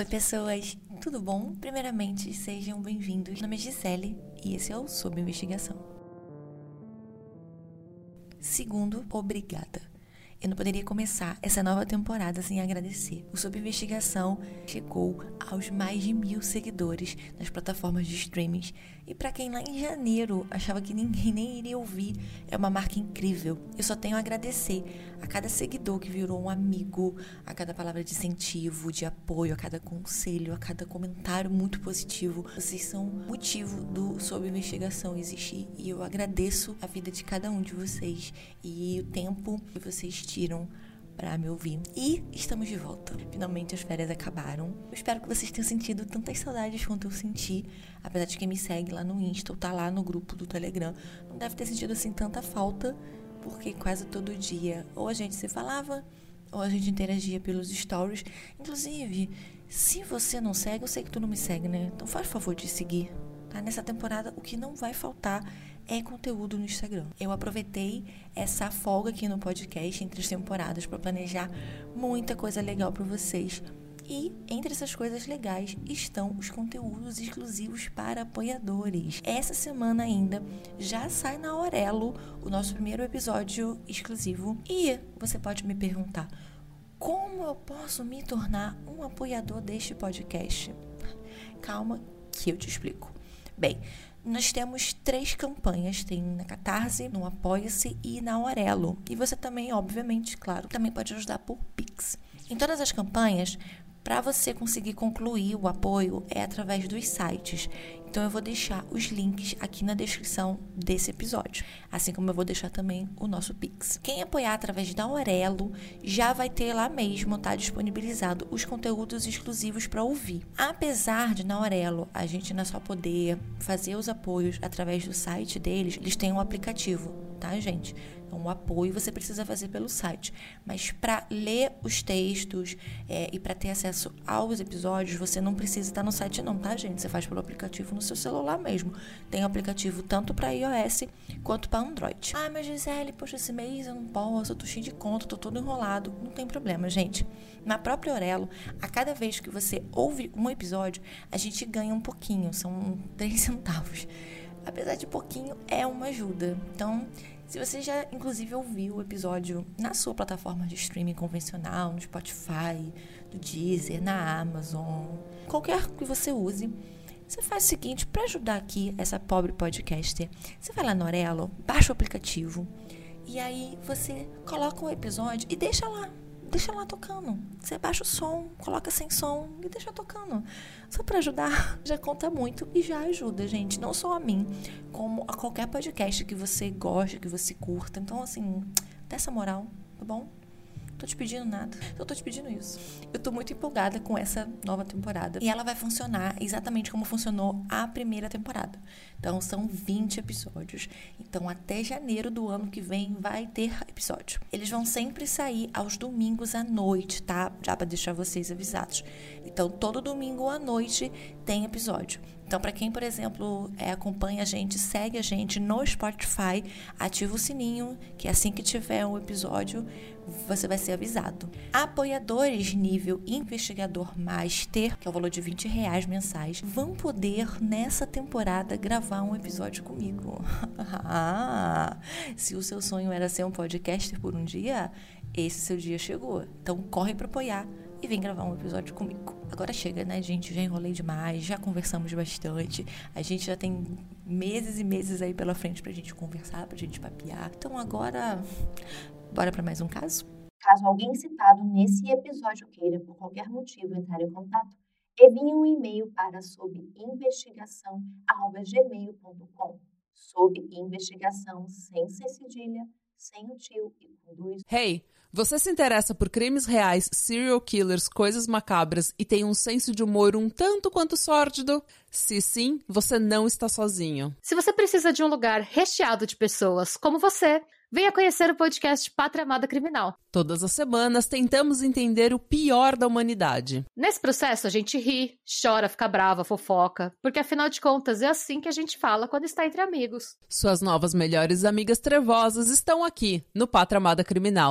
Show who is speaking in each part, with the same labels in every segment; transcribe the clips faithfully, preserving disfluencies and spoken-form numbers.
Speaker 1: Oi pessoas, tudo bom? Primeiramente, sejam bem-vindos. Meu nome é Gisele e esse é o Sob Investigação. Segundo, obrigada. Eu não poderia começar essa nova temporada sem agradecer. O Sob Investigação chegou aos mais de mil seguidores nas plataformas de streaming. E pra quem lá em janeiro achava que ninguém nem iria ouvir, é uma marca incrível. Eu só tenho a agradecer a cada seguidor que virou um amigo, a cada palavra de incentivo, de apoio, a cada conselho, a cada comentário muito positivo. Vocês são o motivo do Sob Investigação existir. E eu agradeço a vida de cada um de vocês e o tempo que vocês tiram para me ouvir. E estamos de volta. Finalmente as férias acabaram. Eu espero que vocês tenham sentido tantas saudades quanto eu senti. Apesar de quem me segue lá no Insta ou tá lá no grupo do Telegram, não deve ter sentido assim tanta falta, porque quase todo dia ou a gente se falava ou a gente interagia pelos stories. Inclusive, se você não segue, eu sei que tu não me segue, né? Então faz favor de seguir. Tá? Nessa temporada, o que não vai faltar é conteúdo no Instagram. Eu aproveitei essa folga aqui no podcast entre as temporadas para planejar muita coisa legal para vocês. E entre essas coisas legais estão os conteúdos exclusivos para apoiadores. Essa semana ainda já sai na Aurelo o nosso primeiro episódio exclusivo. E você pode me perguntar, como eu posso me tornar um apoiador deste podcast? Calma que eu te explico. Bem, nós temos três campanhas, tem na Catarse, no Apoia-se e na Aurelo. E você também, obviamente, claro, também pode ajudar por Pix. Em todas as campanhas, para você conseguir concluir o apoio é através dos sites. Então eu vou deixar os links aqui na descrição desse episódio, assim como eu vou deixar também o nosso Pix. Quem apoiar através da Aurelo já vai ter lá mesmo, tá disponibilizado os conteúdos exclusivos para ouvir. Apesar de na Aurelo a gente não só poder fazer os apoios através do site deles, eles têm um aplicativo, tá, gente? Então, o apoio você precisa fazer pelo site. Mas para ler os textos é, e para ter acesso aos episódios, você não precisa estar no site não, tá, gente? Você faz pelo aplicativo no seu celular mesmo. Tem um aplicativo tanto para iOS quanto para Android. Ah, mas Gisele, poxa, esse mês eu não posso, eu tô cheio de conta, tô todo enrolado. Não tem problema, gente. Na própria Aurelo, a cada vez que você ouve um episódio, a gente ganha um pouquinho, são três centavos. Apesar de pouquinho, é uma ajuda. Então, se você já, inclusive, ouviu o episódio na sua plataforma de streaming convencional, no Spotify, no Deezer, na Amazon, qualquer que você use, você faz o seguinte, para ajudar aqui essa pobre podcaster, você vai lá no Aurelo, baixa o aplicativo, e aí você coloca o episódio e deixa lá. Deixa lá tocando. Você baixa o som, coloca sem som e deixa tocando. Só pra ajudar, já conta muito e já ajuda, gente. Não só a mim, como a qualquer podcast que você goste, que você curta. Então, assim, dá essa moral, tá bom? Tô te pedindo nada, eu tô te pedindo isso. Eu tô muito empolgada com essa nova temporada. E ela vai funcionar exatamente como funcionou a primeira temporada. Então, são vinte episódios. Então, até janeiro do ano que vem vai ter episódio. Eles vão sempre sair aos domingos à noite, tá? Já pra deixar vocês avisados. Então, todo domingo à noite tem episódio. Então, para quem, por exemplo, é, acompanha a gente, segue a gente no Spotify, ativa o sininho, que assim que tiver um episódio, você vai ser avisado. Apoiadores nível Investigador Master, que é o valor de vinte reais mensais, vão poder, nessa temporada, gravar um episódio comigo. Se o seu sonho era ser um podcaster por um dia, esse seu dia chegou. Então, corre para apoiar e vem gravar um episódio comigo. Agora chega, né, gente? Já enrolei demais, já conversamos bastante. A gente já tem meses e meses aí pela frente pra gente conversar, pra gente papear. Então agora, bora pra mais um caso?
Speaker 2: Caso alguém citado nesse episódio queira, por qualquer motivo, entrar em contato, envie um e-mail para sob investigação arroba gmail ponto com. Sob investigação, sem ser cedilha, sem o tio e com dois...
Speaker 3: Hey! Você se interessa por crimes reais, serial killers, coisas macabras e tem um senso de humor um tanto quanto sórdido? Se sim, você não está sozinho.
Speaker 4: Se você precisa de um lugar recheado de pessoas como você, venha conhecer o podcast Pátria Amada Criminal.
Speaker 3: Todas as semanas tentamos entender o pior da humanidade.
Speaker 4: Nesse processo a gente ri, chora, fica brava, fofoca, porque afinal de contas é assim que a gente fala quando está entre amigos.
Speaker 3: Suas novas melhores amigas trevosas estão aqui, no Pátria Amada Criminal.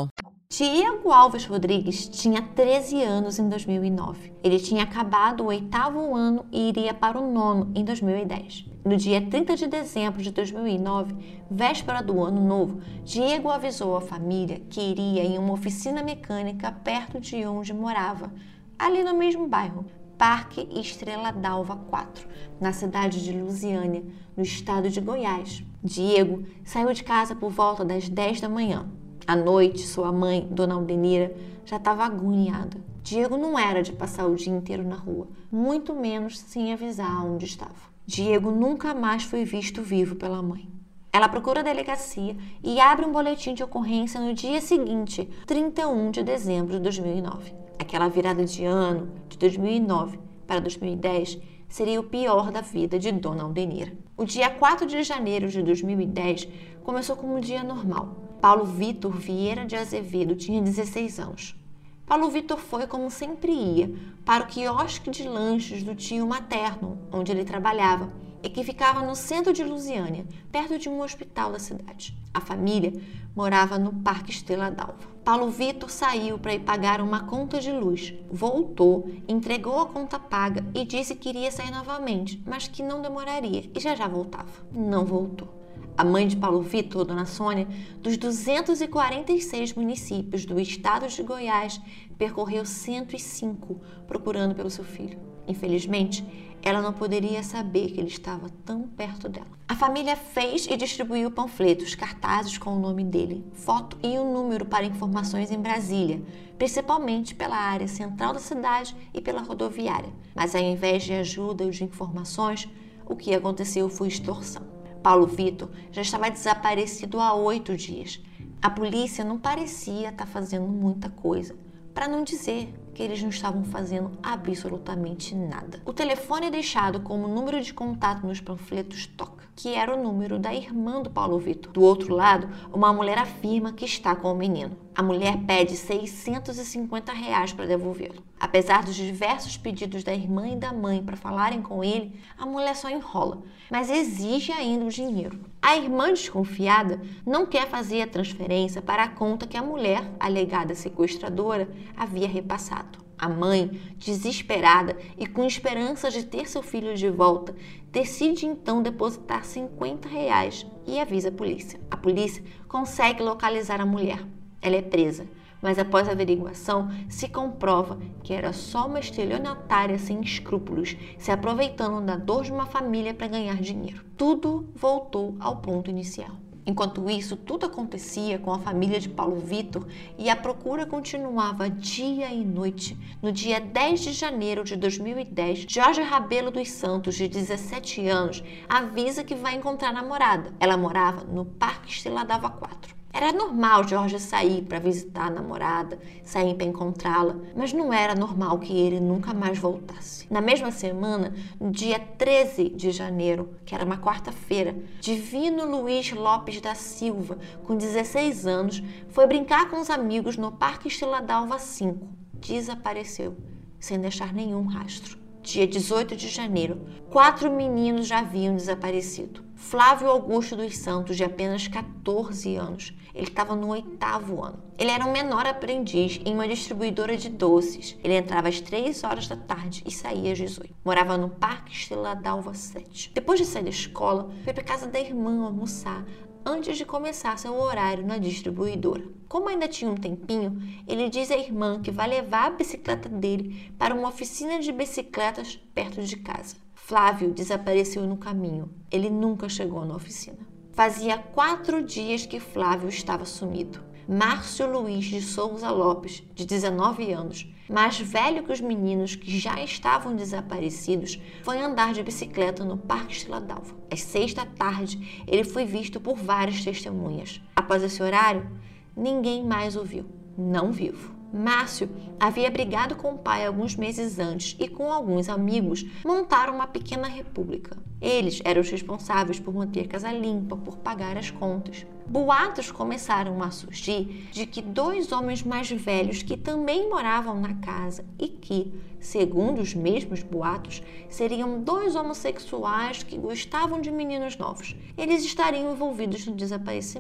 Speaker 2: Diego Alves Rodrigues tinha treze anos em dois mil e nove. Ele tinha acabado o oitavo ano e iria para o nono em dois mil e dez. No dia trinta de dezembro de dois mil e nove, véspera do ano novo, Diego avisou a família que iria em uma oficina mecânica perto de onde morava, ali no mesmo bairro, Parque Estrela d'Alva quatro, na cidade de Lusiânia, no estado de Goiás. Diego saiu de casa por volta das dez da manhã. À noite, sua mãe, Dona Aldenira, já estava agoniada. Diego não era de passar o dia inteiro na rua, muito menos sem avisar onde estava. Diego nunca mais foi visto vivo pela mãe. Ela procura a delegacia e abre um boletim de ocorrência no dia seguinte, trinta e um de dezembro de dois mil e nove. Aquela virada de ano, de dois mil e nove para dois mil e dez, seria o pior da vida de Dona Aldenira. O dia quatro de janeiro de dois mil e dez começou como um dia normal. Paulo Vitor Vieira de Azevedo tinha dezesseis anos. Paulo Vitor foi, como sempre ia, para o quiosque de lanches do tio materno, onde ele trabalhava, e que ficava no centro de Lusiânia, perto de um hospital da cidade. A família morava no Parque Estrela d'Alva. Paulo Vitor saiu para ir pagar uma conta de luz. Voltou, entregou a conta paga e disse que iria sair novamente, mas que não demoraria e já já voltava. Não voltou. A mãe de Paulo Vitor, Dona Sônia, dos duzentos e quarenta e seis municípios do estado de Goiás, percorreu cento e cinco procurando pelo seu filho. Infelizmente, ela não poderia saber que ele estava tão perto dela. A família fez e distribuiu panfletos, cartazes com o nome dele, foto e um número para informações em Brasília, principalmente pela área central da cidade e pela rodoviária. Mas ao invés de ajuda ou de informações, o que aconteceu foi extorsão. Paulo Vitor já estava desaparecido há oito dias. A polícia não parecia estar fazendo muita coisa, para não dizer que eles não estavam fazendo absolutamente nada. O telefone deixado como número de contato nos panfletos toca, que era o número da irmã do Paulo Vitor. Do outro lado, uma mulher afirma que está com o menino. A mulher pede seiscentos e cinquenta reais para devolvê-lo. Apesar dos diversos pedidos da irmã e da mãe para falarem com ele, a mulher só enrola, mas exige ainda o dinheiro. A irmã desconfiada não quer fazer a transferência para a conta que a mulher, alegada sequestradora, havia repassado. A mãe, desesperada e com esperança de ter seu filho de volta, decide então depositar cinquenta reais e avisa a polícia. A polícia consegue localizar a mulher. Ela é presa, mas após a averiguação se comprova que era só uma estelionatária sem escrúpulos, se aproveitando da dor de uma família para ganhar dinheiro. Tudo voltou ao ponto inicial. Enquanto isso, tudo acontecia com a família de Paulo Vitor e a procura continuava dia e noite. No dia dez de janeiro de dois mil e dez, Jorge Rabelo dos Santos, de dezessete anos, avisa que vai encontrar a namorada. Ela morava no Parque Estrela d'Alva quatro. Era normal Jorge sair para visitar a namorada, sair para encontrá-la, mas não era normal que ele nunca mais voltasse. Na mesma semana, no dia treze de janeiro, que era uma quarta-feira, Divino Luiz Lopes da Silva, com dezesseis anos, foi brincar com os amigos no Parque Estrela d'Alva cinco. Desapareceu, sem deixar nenhum rastro. Dia dezoito de janeiro, quatro meninos já haviam desaparecido. Flávio Augusto dos Santos, de apenas quatorze anos. Ele estava no oitavo ano. Ele era um menor aprendiz em uma distribuidora de doces. Ele entrava às três horas da tarde e saía às dezoito. Morava no Parque Estrela d'Alva sete. Depois de sair da escola, foi para casa da irmã almoçar, antes de começar seu horário na distribuidora. Como ainda tinha um tempinho, ele diz à irmã que vai levar a bicicleta dele para uma oficina de bicicletas perto de casa. Flávio desapareceu no caminho. Ele nunca chegou na oficina. Fazia quatro dias que Flávio estava sumido. Márcio Luiz de Souza Lopes, de dezenove anos, mais velho que os meninos que já estavam desaparecidos, foi andar de bicicleta no Parque Estrela d'Alva. Às seis da tarde, ele foi visto por várias testemunhas. Após esse horário, ninguém mais o viu, não vivo. Márcio havia brigado com o pai alguns meses antes e com alguns amigos montaram uma pequena república. Eles eram os responsáveis por manter a casa limpa, por pagar as contas. Boatos começaram a surgir de que dois homens mais velhos que também moravam na casa e que, segundo os mesmos boatos, seriam dois homossexuais que gostavam de meninos novos. Eles estariam envolvidos no desaparecimento.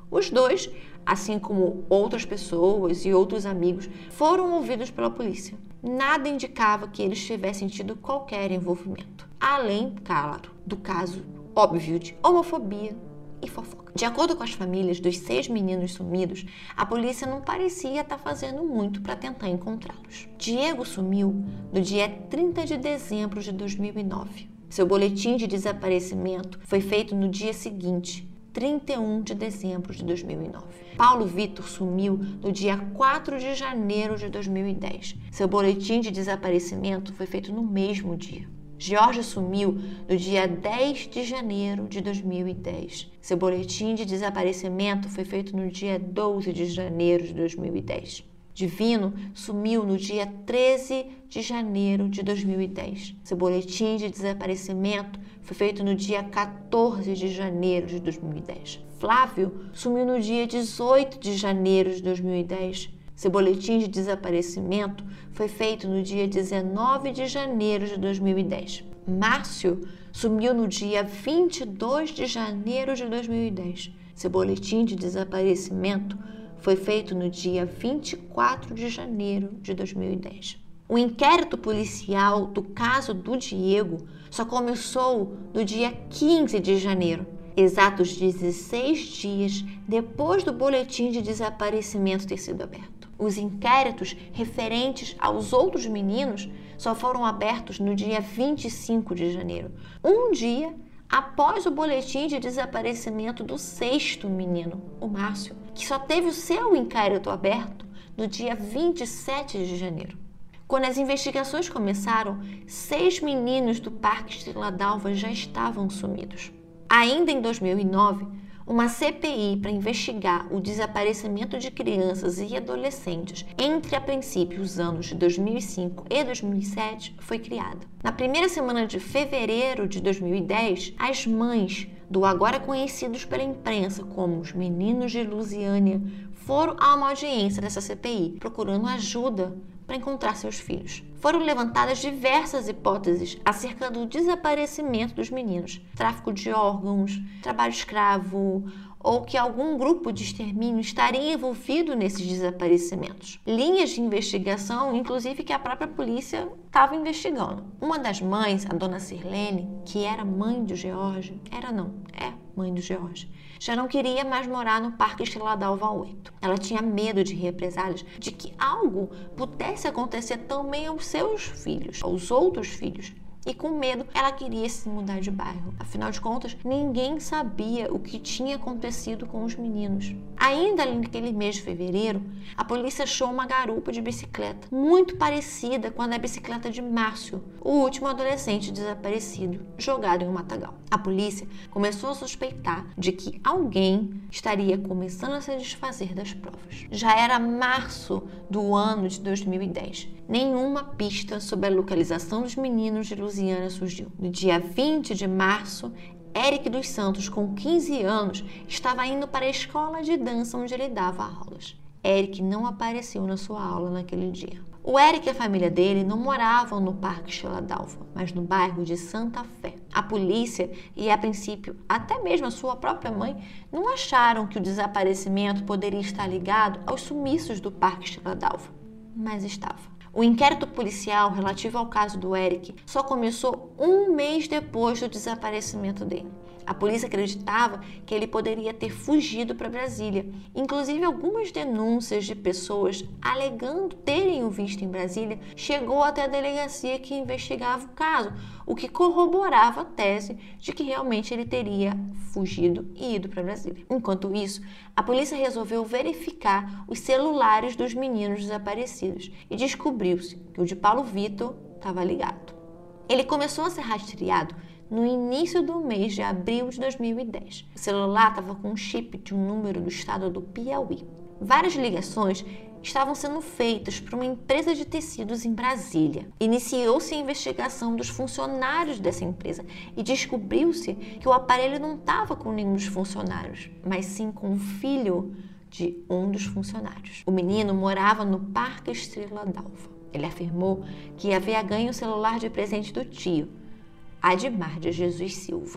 Speaker 1: Os dois, assim como outras pessoas e outros amigos, foram ouvidos pela polícia. Nada indicava que eles tivessem tido qualquer envolvimento, além, claro, do caso óbvio de homofobia e fofoca. De acordo com as famílias dos seis meninos sumidos, a polícia não parecia estar fazendo muito para tentar encontrá-los. Diego sumiu no dia trinta de dezembro de dois mil e nove. Seu boletim de desaparecimento foi feito no dia seguinte, trinta e um de dezembro de dois mil e nove. Paulo Vitor sumiu no dia quatro de janeiro de dois mil e dez. Seu boletim de desaparecimento foi feito no mesmo dia. Jorge sumiu no dia dez de janeiro de dois mil e dez. Seu boletim de desaparecimento foi feito no dia doze de janeiro de dois mil e dez. Divino sumiu no dia treze de janeiro de dois mil e dez. Seu boletim de desaparecimento foi feito no dia quatorze de janeiro de dois mil e dez. Flávio sumiu no dia dezoito de janeiro de dois mil e dez. Seu boletim de desaparecimento foi feito no dia dezenove de janeiro de dois mil e dez. Márcio sumiu no dia vinte e dois de janeiro de dois mil e dez. Seu boletim de desaparecimento foi feito no dia vinte e quatro de janeiro de dois mil e dez. O inquérito policial do caso do Diego só começou no dia quinze de janeiro, exatos dezesseis dias depois do boletim de desaparecimento ter sido aberto. Os inquéritos referentes aos outros meninos só foram abertos no dia vinte e cinco de janeiro, um dia após o boletim de desaparecimento do sexto menino, o Márcio, que só teve o seu inquérito aberto no dia vinte e sete de janeiro. Quando as investigações começaram, seis meninos do Parque Estrela d'Alva já estavam sumidos. Ainda em dois mil e nove, uma C P I para investigar o desaparecimento de crianças e adolescentes entre, a princípio, os anos de dois mil e cinco e dois mil e sete foi criada. Na primeira semana de fevereiro de dois mil e dez, as mães do agora conhecidos pela imprensa como os meninos de Lusiânia foram a uma audiência dessa C P I, procurando ajuda para encontrar seus filhos. Foram levantadas diversas hipóteses acerca do desaparecimento dos meninos, tráfico de órgãos, trabalho escravo, ou que algum grupo de extermínio estaria envolvido nesses desaparecimentos. Linhas de investigação, inclusive, que a própria polícia estava investigando. Uma das mães, a dona Sirlene, que era mãe do George, era não, é mãe do George, já não queria mais morar no Parque Estrela d'Alva oito. Ela tinha medo de represálias, de que algo pudesse acontecer também aos seus filhos, aos outros filhos. E com medo, ela queria se mudar de bairro. Afinal de contas, ninguém sabia o que tinha acontecido com os meninos. Ainda naquele mês de fevereiro, a polícia achou uma garupa de bicicleta, muito parecida com a da bicicleta de Márcio, o último adolescente desaparecido, jogado em um matagal. A polícia começou a suspeitar de que alguém estaria começando a se desfazer das provas. Já era março do ano de dois mil e dez. Nenhuma pista sobre a localização dos meninos de Lusiânia surgiu. No dia vinte de março, Eric dos Santos, com quinze anos, estava indo para a escola de dança onde ele dava aulas. Eric não apareceu na sua aula naquele dia. O Eric e a família dele não moravam no Parque Estrela d'Alva, mas no bairro de Santa Fé. A polícia e, a princípio, até mesmo a sua própria mãe, não acharam que o desaparecimento poderia estar ligado aos sumiços do Parque Estrela d'Alva, mas estava. O inquérito policial relativo ao caso do Eric só começou um mês depois do desaparecimento dele. A polícia acreditava que ele poderia ter fugido para Brasília. Inclusive, algumas denúncias de pessoas alegando terem o visto em Brasília chegou até a delegacia que investigava o caso, o que corroborava a tese de que realmente ele teria fugido e ido para Brasília. Enquanto isso, a polícia resolveu verificar os celulares dos meninos desaparecidos e descobriu-se que o de Paulo Vitor estava ligado. Ele começou a ser rastreado no início do mês de abril de dois mil e dez. O celular estava com um chip de um número do estado do Piauí. Várias ligações estavam sendo feitas por uma empresa de tecidos em Brasília. Iniciou-se a investigação dos funcionários dessa empresa e descobriu-se que o aparelho não estava com nenhum dos funcionários, mas sim com o filho de um dos funcionários. O menino morava no Parque Estrela d'Alva. Ele afirmou que havia ganho o celular de presente do tio, Admar de Jesus Silva.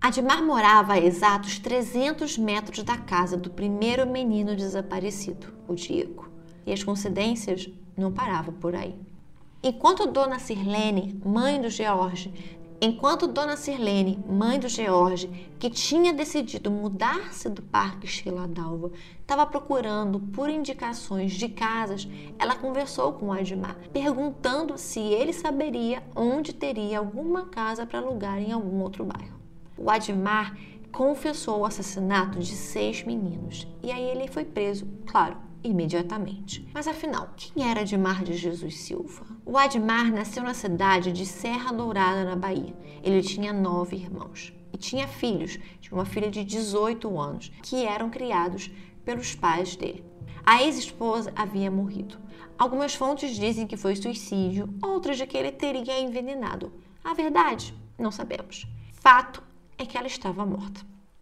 Speaker 2: Admar morava a exatos trezentos metros da casa do primeiro menino desaparecido, o Diego. E as coincidências não paravam por aí. Enquanto Dona Sirlene, mãe do George, enquanto Dona Sirlene, mãe do George, que tinha decidido mudar-se do Parque Estrela d'Alva, estava procurando por indicações de casas, ela conversou com o Admar, perguntando se ele saberia onde teria alguma casa para alugar em algum outro bairro. O Admar confessou o assassinato de seis meninos e aí ele foi preso, claro, imediatamente. Mas afinal, quem era Admar de Jesus Silva? O Admar nasceu na cidade de Serra Dourada, na Bahia. Ele tinha nove irmãos e tinha filhos, tinha uma filha de dezoito anos, que eram criados pelos pais dele. A ex-esposa havia morrido. Algumas fontes dizem que foi suicídio, outras de que ele teria envenenado. A verdade, não sabemos. Fato é que ela estava morta.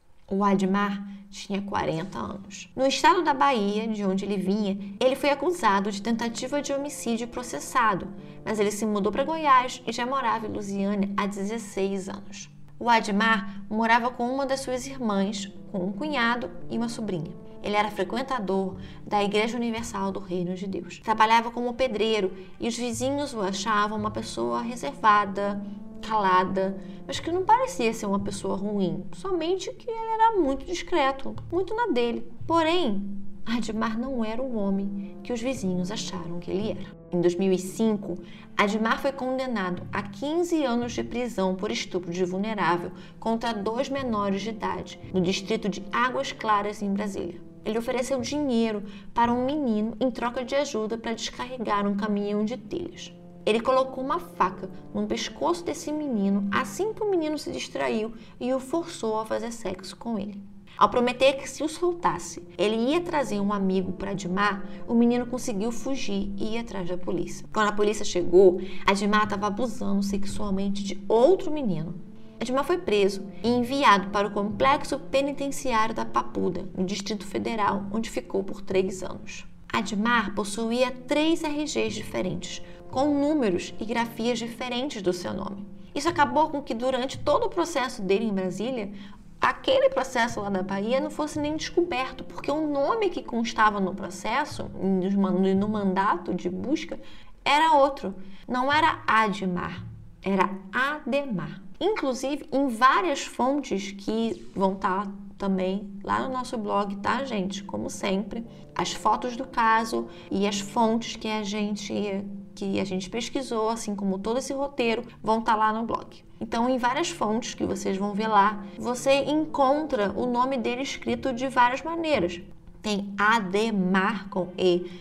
Speaker 2: O Admar tinha quarenta anos. No estado da Bahia, de onde ele vinha, ele foi acusado de tentativa de homicídio e processado, mas ele se mudou para Goiás e já morava em Lusiânia há dezesseis anos. O Admar morava com uma das suas irmãs, com um cunhado e uma sobrinha. Ele era frequentador da Igreja Universal do Reino de Deus. Trabalhava como pedreiro e os vizinhos o achavam uma pessoa reservada, calada, mas que não parecia ser uma pessoa ruim, somente que ele era muito discreto, muito na dele. Porém, Admar não era o homem que os vizinhos acharam que ele era. Em dois mil e cinco, Admar foi condenado a quinze anos de prisão por estupro de vulnerável contra dois menores de idade, no distrito de Águas Claras, em Brasília. Ele ofereceu dinheiro para um menino em troca de ajuda para descarregar um caminhão de telhas. Ele colocou uma faca no pescoço desse menino assim que o menino se distraiu e o forçou a fazer sexo com ele. Ao prometer que se o soltasse, ele ia trazer um amigo para Admar, o menino conseguiu fugir e ir atrás da polícia. Quando a polícia chegou, Admar estava abusando sexualmente de outro menino. Admar foi preso e enviado para o complexo penitenciário da Papuda, no Distrito Federal, onde ficou por três anos. Admar possuía três R Gs diferentes, com números e grafias diferentes do seu nome. Isso acabou com que durante todo o processo dele em Brasília, aquele processo lá da Bahia não fosse nem descoberto, porque o nome que constava no processo, no mandato de busca, era outro. Não era Admar, era Ademar. Inclusive, em várias fontes que vão estar também lá no nosso blog, tá, gente? Como sempre, as fotos do caso e as fontes que a gente... que a gente pesquisou, assim como todo esse roteiro, vão estar lá no blog. Então, em várias fontes que vocês vão ver lá, você encontra o nome dele escrito de várias maneiras. Tem Ademar com E,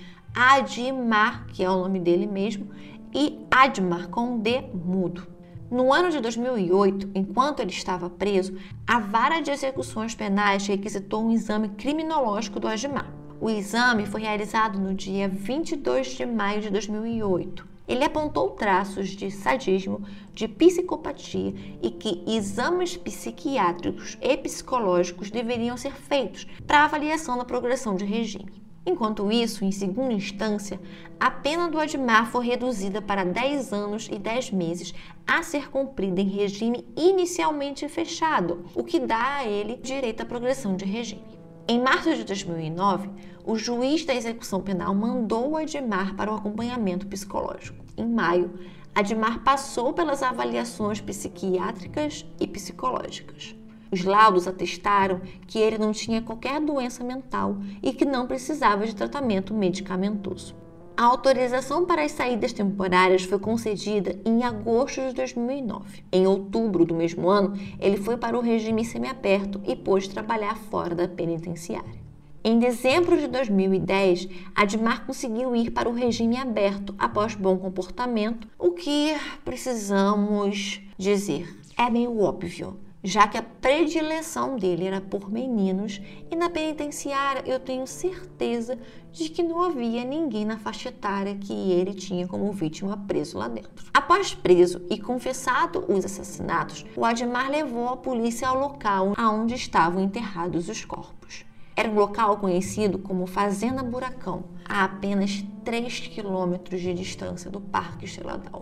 Speaker 2: Admar, que é o nome dele mesmo, e Admar com D mudo. No ano de dois mil e oito, enquanto ele estava preso, a Vara de Execuções Penais requisitou um exame criminológico do Admar. O exame foi realizado no dia vinte e dois de maio de dois mil e oito. Ele apontou traços de sadismo, de psicopatia e que exames psiquiátricos e psicológicos deveriam ser feitos para avaliação da progressão de regime. Enquanto isso, em segunda instância, a pena do Admar foi reduzida para dez anos e dez meses a ser cumprida em regime inicialmente fechado, o que dá a ele direito à progressão de regime. Em março de dois mil e nove, o juiz da execução penal mandou o Admar para o acompanhamento psicológico. Em maio, Admar passou pelas avaliações psiquiátricas e psicológicas. Os laudos atestaram que ele não tinha qualquer doença mental e que não precisava de tratamento medicamentoso. A autorização para as saídas temporárias foi concedida em agosto de dois mil e nove. Em outubro do mesmo ano, ele foi para o regime semiaberto e pôde trabalhar fora da penitenciária. Em dezembro de dois mil e dez, Admar conseguiu ir para o regime aberto após bom comportamento, o que precisamos dizer é meio óbvio, já que a predileção dele era por meninos e na penitenciária eu tenho certeza de que não havia ninguém na faixa etária que ele tinha como vítima preso lá dentro. Após preso e confessado os assassinatos, o Admar levou a polícia ao local onde estavam enterrados os corpos. Era um local conhecido como Fazenda Buracão, a apenas três quilômetros de distância do Parque Estrela d'Alva.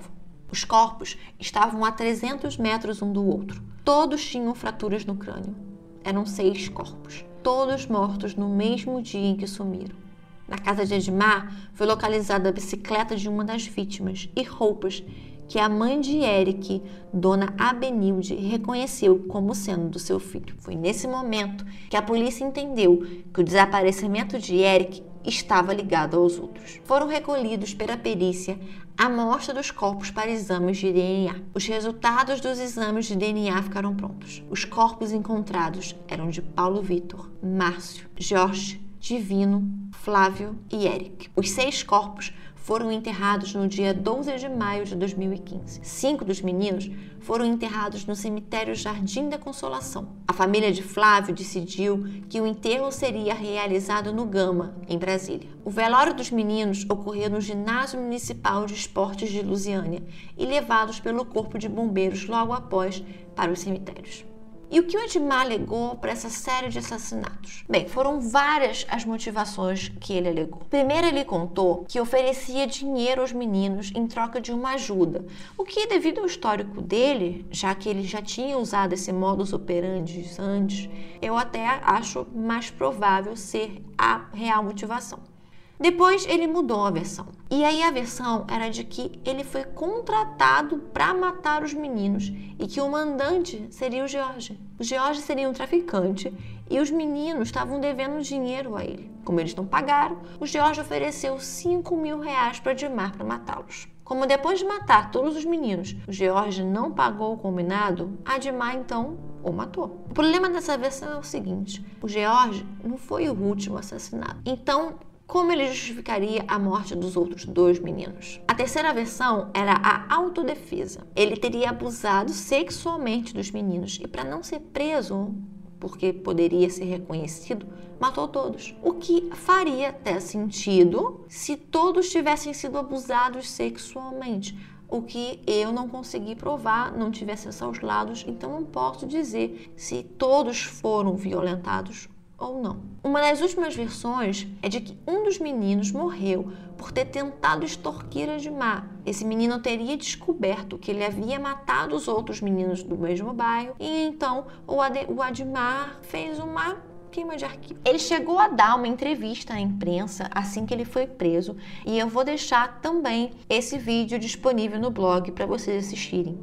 Speaker 1: Os corpos estavam a trezentos metros um do outro. Todos tinham fraturas no crânio. Eram seis corpos, todos mortos no mesmo dia em que sumiram. Na casa de Edmar foi localizada a bicicleta de uma das vítimas e roupas que a mãe de Eric, Dona Abenilde, reconheceu como sendo do seu filho. Foi nesse momento que a polícia entendeu que o desaparecimento de Eric estava ligado aos outros. Foram recolhidos pela perícia a amostra dos corpos para exames de D N A. Os resultados dos exames de D N A ficaram prontos. Os corpos encontrados eram de Paulo Vitor, Márcio, Jorge, Divino, Flávio e Eric. Os seis corpos foram enterrados no dia doze de maio de dois mil e quinze. Cinco dos meninos foram enterrados no cemitério Jardim da Consolação. A família de Flávio decidiu que o enterro seria realizado no Gama, em Brasília. O velório dos meninos ocorreu no Ginásio Municipal de Esportes de Lusiânia e levados pelo Corpo de Bombeiros logo após para os cemitérios. E o que o Edmar alegou para essa série de assassinatos? Bem, foram várias as motivações que ele alegou. Primeiro, ele contou que oferecia dinheiro aos meninos em troca de uma ajuda, o que, devido ao histórico dele, já que ele já tinha usado esse modus operandi antes, eu até acho mais provável ser a real motivação. Depois ele mudou a versão. E aí a versão era de que ele foi contratado para matar os meninos e que o mandante seria o Jorge. O Jorge seria um traficante e os meninos estavam devendo dinheiro a ele. Como eles não pagaram, o Jorge ofereceu cinco mil reais para Edmar para matá-los. Como depois de matar todos os meninos, o Jorge não pagou o combinado, a Edmar então o matou. O problema dessa versão é o seguinte: o Jorge não foi o último assassinado. Então, como ele justificaria a morte dos outros dois meninos? A terceira versão era a autodefesa. Ele teria abusado sexualmente dos meninos e, para não ser preso, porque poderia ser reconhecido, matou todos. O que faria até sentido se todos tivessem sido abusados sexualmente. O que eu não consegui provar, não tive acesso aos lados, então não posso dizer se todos foram violentados ou não. Uma das últimas versões é de que um dos meninos morreu por ter tentado extorquir Edmar. Esse menino teria descoberto que ele havia matado os outros meninos do mesmo bairro e então o, Ad- o Edmar fez uma queima de arquivo. Ele chegou a dar uma entrevista à imprensa assim que ele foi preso e eu vou deixar também esse vídeo disponível no blog para vocês assistirem,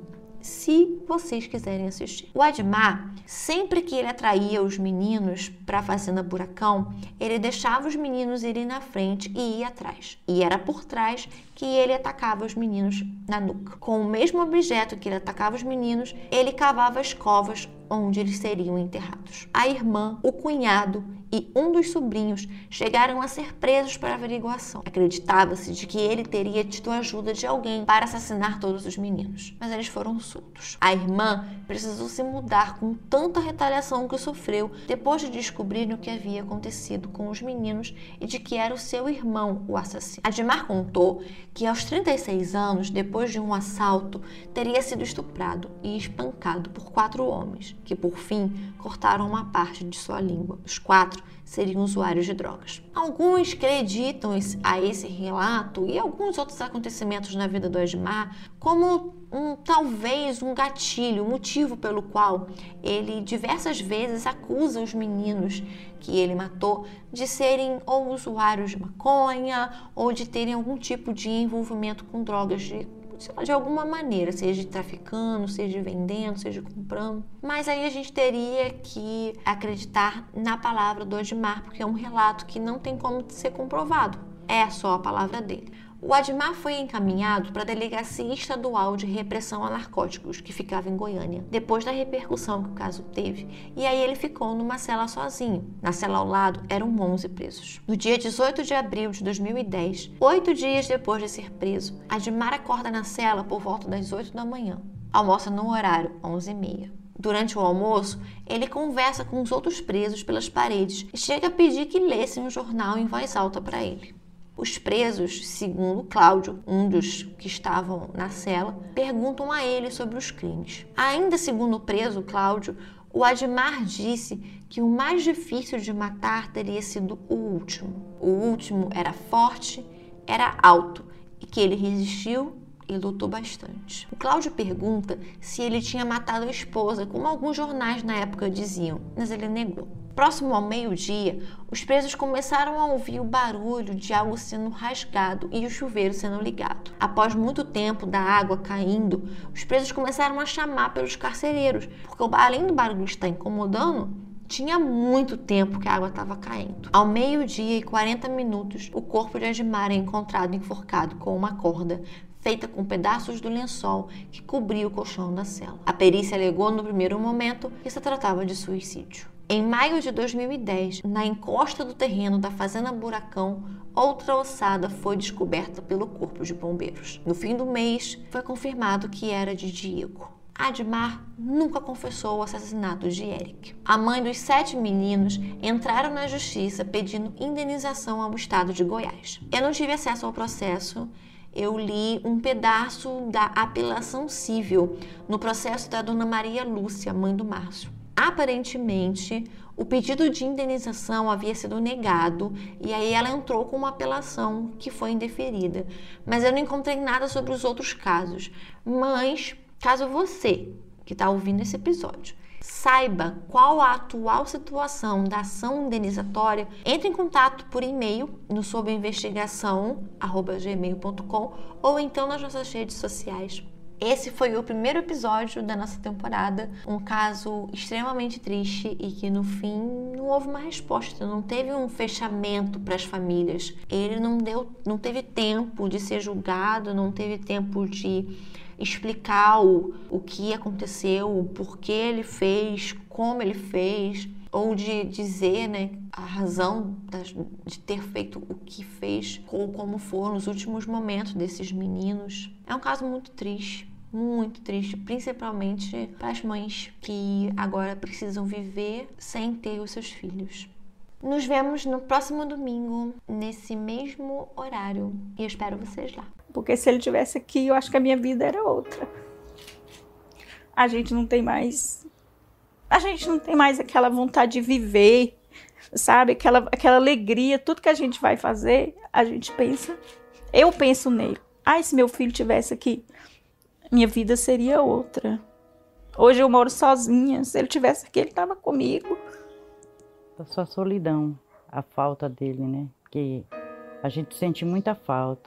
Speaker 1: se vocês quiserem assistir. O Edmar, sempre que ele atraía os meninos para a Fazenda Buracão, ele deixava os meninos irem na frente e ia atrás. E era por trás que ele atacava os meninos na nuca. Com o mesmo objeto que ele atacava os meninos, ele cavava as covas onde eles seriam enterrados. A irmã, o cunhado e um dos sobrinhos chegaram a ser presos para averiguação. Acreditava-se de que ele teria tido a ajuda de alguém para assassinar todos os meninos, mas eles foram soltos. A irmã precisou se mudar com tanta retaliação que sofreu depois de descobrirem o que havia acontecido com os meninos e de que era o seu irmão o assassino. Edmar contou que aos trinta e seis anos, depois de um assalto, teria sido estuprado e espancado por quatro homens, que por fim cortaram uma parte de sua língua. Os quatro seriam usuários de drogas. Alguns acreditam a esse relato e alguns outros acontecimentos na vida do Edmar como um, talvez um gatilho, um motivo pelo qual ele diversas vezes acusa os meninos que ele matou de serem ou usuários de maconha ou de terem algum tipo de envolvimento com drogas de de alguma maneira, seja traficando, seja vendendo, seja comprando. Mas aí a gente teria que acreditar na palavra do Edmar, porque é um relato que não tem como ser comprovado. É só a palavra dele. O Edmar foi encaminhado para a Delegacia Estadual de Repressão a Narcóticos, que ficava em Goiânia, depois da repercussão que o caso teve, e aí ele ficou numa cela sozinho. Na cela ao lado eram onze presos. No dia dezoito de abril de dois mil e dez, oito dias depois de ser preso, Edmar acorda na cela por volta das oito da manhã. Almoça no horário onze e meia. Durante o almoço, ele conversa com os outros presos pelas paredes e chega a pedir que lessem um jornal em voz alta para ele. Os presos, segundo Cláudio, um dos que estavam na cela, perguntam a ele sobre os crimes. Ainda segundo o preso Cláudio, o Edmar disse que o mais difícil de matar teria sido o último. O último era forte, era alto e que ele resistiu
Speaker 2: e lutou bastante. O Cláudio pergunta se ele tinha matado a esposa, como alguns jornais na época diziam, mas ele negou. Próximo ao meio-dia, os presos começaram a ouvir o barulho de algo sendo rasgado e o chuveiro sendo ligado. Após muito tempo da água caindo, os presos começaram a chamar pelos carcereiros, porque além do barulho estar incomodando, tinha muito tempo que a água estava caindo. Ao meio-dia e quarenta minutos, o corpo de Edmar é encontrado enforcado com uma corda feita com pedaços do lençol que cobria o colchão da cela. A perícia alegou no primeiro momento que se tratava de suicídio. Em maio de dois mil e dez, na encosta do terreno da Fazenda Buracão, outra ossada foi descoberta pelo Corpo de Bombeiros. No fim do mês, foi confirmado que era de Diego. Edmar nunca confessou o assassinato de Eric. A mãe dos sete meninos entraram na justiça pedindo indenização ao estado de Goiás. Eu não tive acesso ao processo. Eu li um pedaço da apelação civil no processo da dona Maria Lúcia, mãe do Márcio. Aparentemente, o pedido de indenização havia sido negado e aí ela entrou com uma apelação que foi indeferida. Mas eu não encontrei nada sobre os outros casos. Mas, caso você, que está ouvindo esse episódio, saiba qual a atual situação da ação indenizatória, entre em contato por e-mail no sob investigação arroba gmail ponto com ou então nas nossas redes sociais. Esse foi o primeiro episódio da nossa temporada, um caso extremamente triste e que no fim não houve uma resposta, não teve um fechamento para as famílias. Ele não deu, não teve tempo de ser julgado, não teve tempo de explicar o, o que aconteceu, o porquê ele fez, como ele fez, ou de dizer, né, a razão de ter feito o que fez ou como foram os últimos momentos desses meninos. É um caso muito triste, muito triste, principalmente para as mães que agora precisam viver sem ter os seus filhos. Nos vemos no próximo domingo, nesse mesmo horário, e eu espero vocês lá.
Speaker 5: Porque se ele estivesse aqui, eu acho que a minha vida era outra. A gente não tem mais... A gente não tem mais aquela vontade de viver, sabe? Aquela, aquela alegria, tudo que a gente vai fazer, a gente pensa... Eu penso nele. Ai, se meu filho estivesse aqui, minha vida seria outra. Hoje eu moro sozinha. Se ele estivesse aqui, ele estava comigo.
Speaker 6: A sua solidão, a falta dele, né? Porque a gente sente muita falta.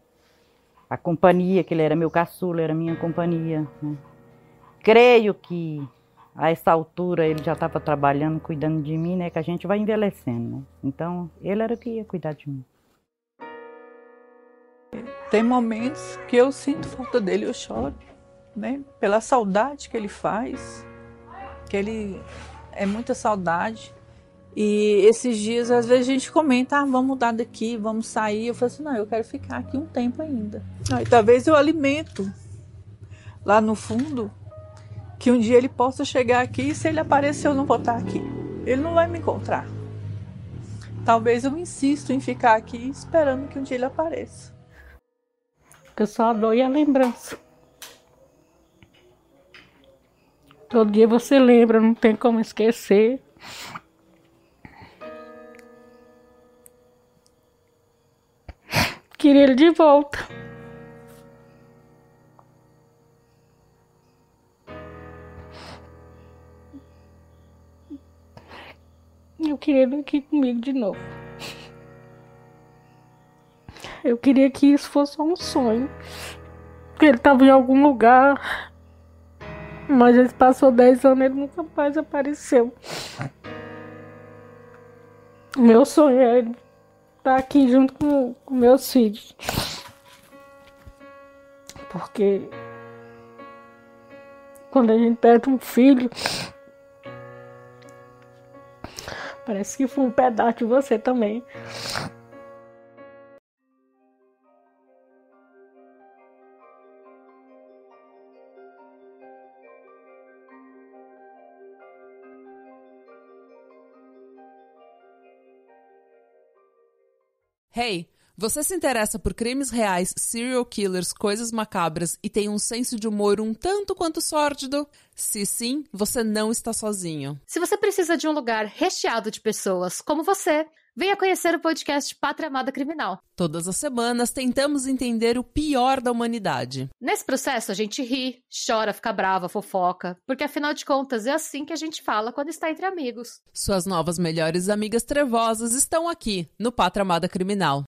Speaker 6: A companhia, que ele era meu caçula, era minha companhia, né? Creio que a essa altura ele já estava trabalhando, cuidando de mim, né? Que a gente vai envelhecendo, né? Então, ele era o que ia cuidar de mim.
Speaker 7: Tem momentos que eu sinto falta dele, eu choro, né? Pela saudade que ele faz, que ele é muita saudade. E esses dias, às vezes a gente comenta, ah, vamos mudar daqui, vamos sair. Eu falo assim, não, eu quero ficar aqui um tempo ainda. Aí, talvez eu alimento lá no fundo, que um dia ele possa chegar aqui e se ele aparecer eu não vou estar aqui. Ele não vai me encontrar. Talvez eu insisto em ficar aqui esperando que um dia ele apareça.
Speaker 8: Porque só a dor e a lembrança. Todo dia você lembra, não tem como esquecer. Queria ele de volta. Eu queria ele aqui comigo de novo. Eu queria que isso fosse só um sonho. Que ele estava em algum lugar. Mas ele passou dez anos e ele nunca mais apareceu. Meu sonho é ele estar aqui junto com, com meus filhos. Porque quando a gente perde um filho, parece que foi um pedaço de você também.
Speaker 3: Hey, Você se interessa por crimes reais, serial killers, coisas macabras e tem um senso de humor um tanto quanto sórdido? Se sim, você não está sozinho.
Speaker 4: Se você precisa de um lugar recheado de pessoas como você, venha conhecer o podcast Pátria Amada Criminal.
Speaker 3: Todas as semanas tentamos entender o pior da humanidade.
Speaker 4: Nesse processo a gente ri, chora, fica brava, fofoca, porque afinal de contas é assim que a gente fala quando está entre amigos.
Speaker 3: Suas novas melhores amigas trevosas estão aqui no Pátria Amada Criminal.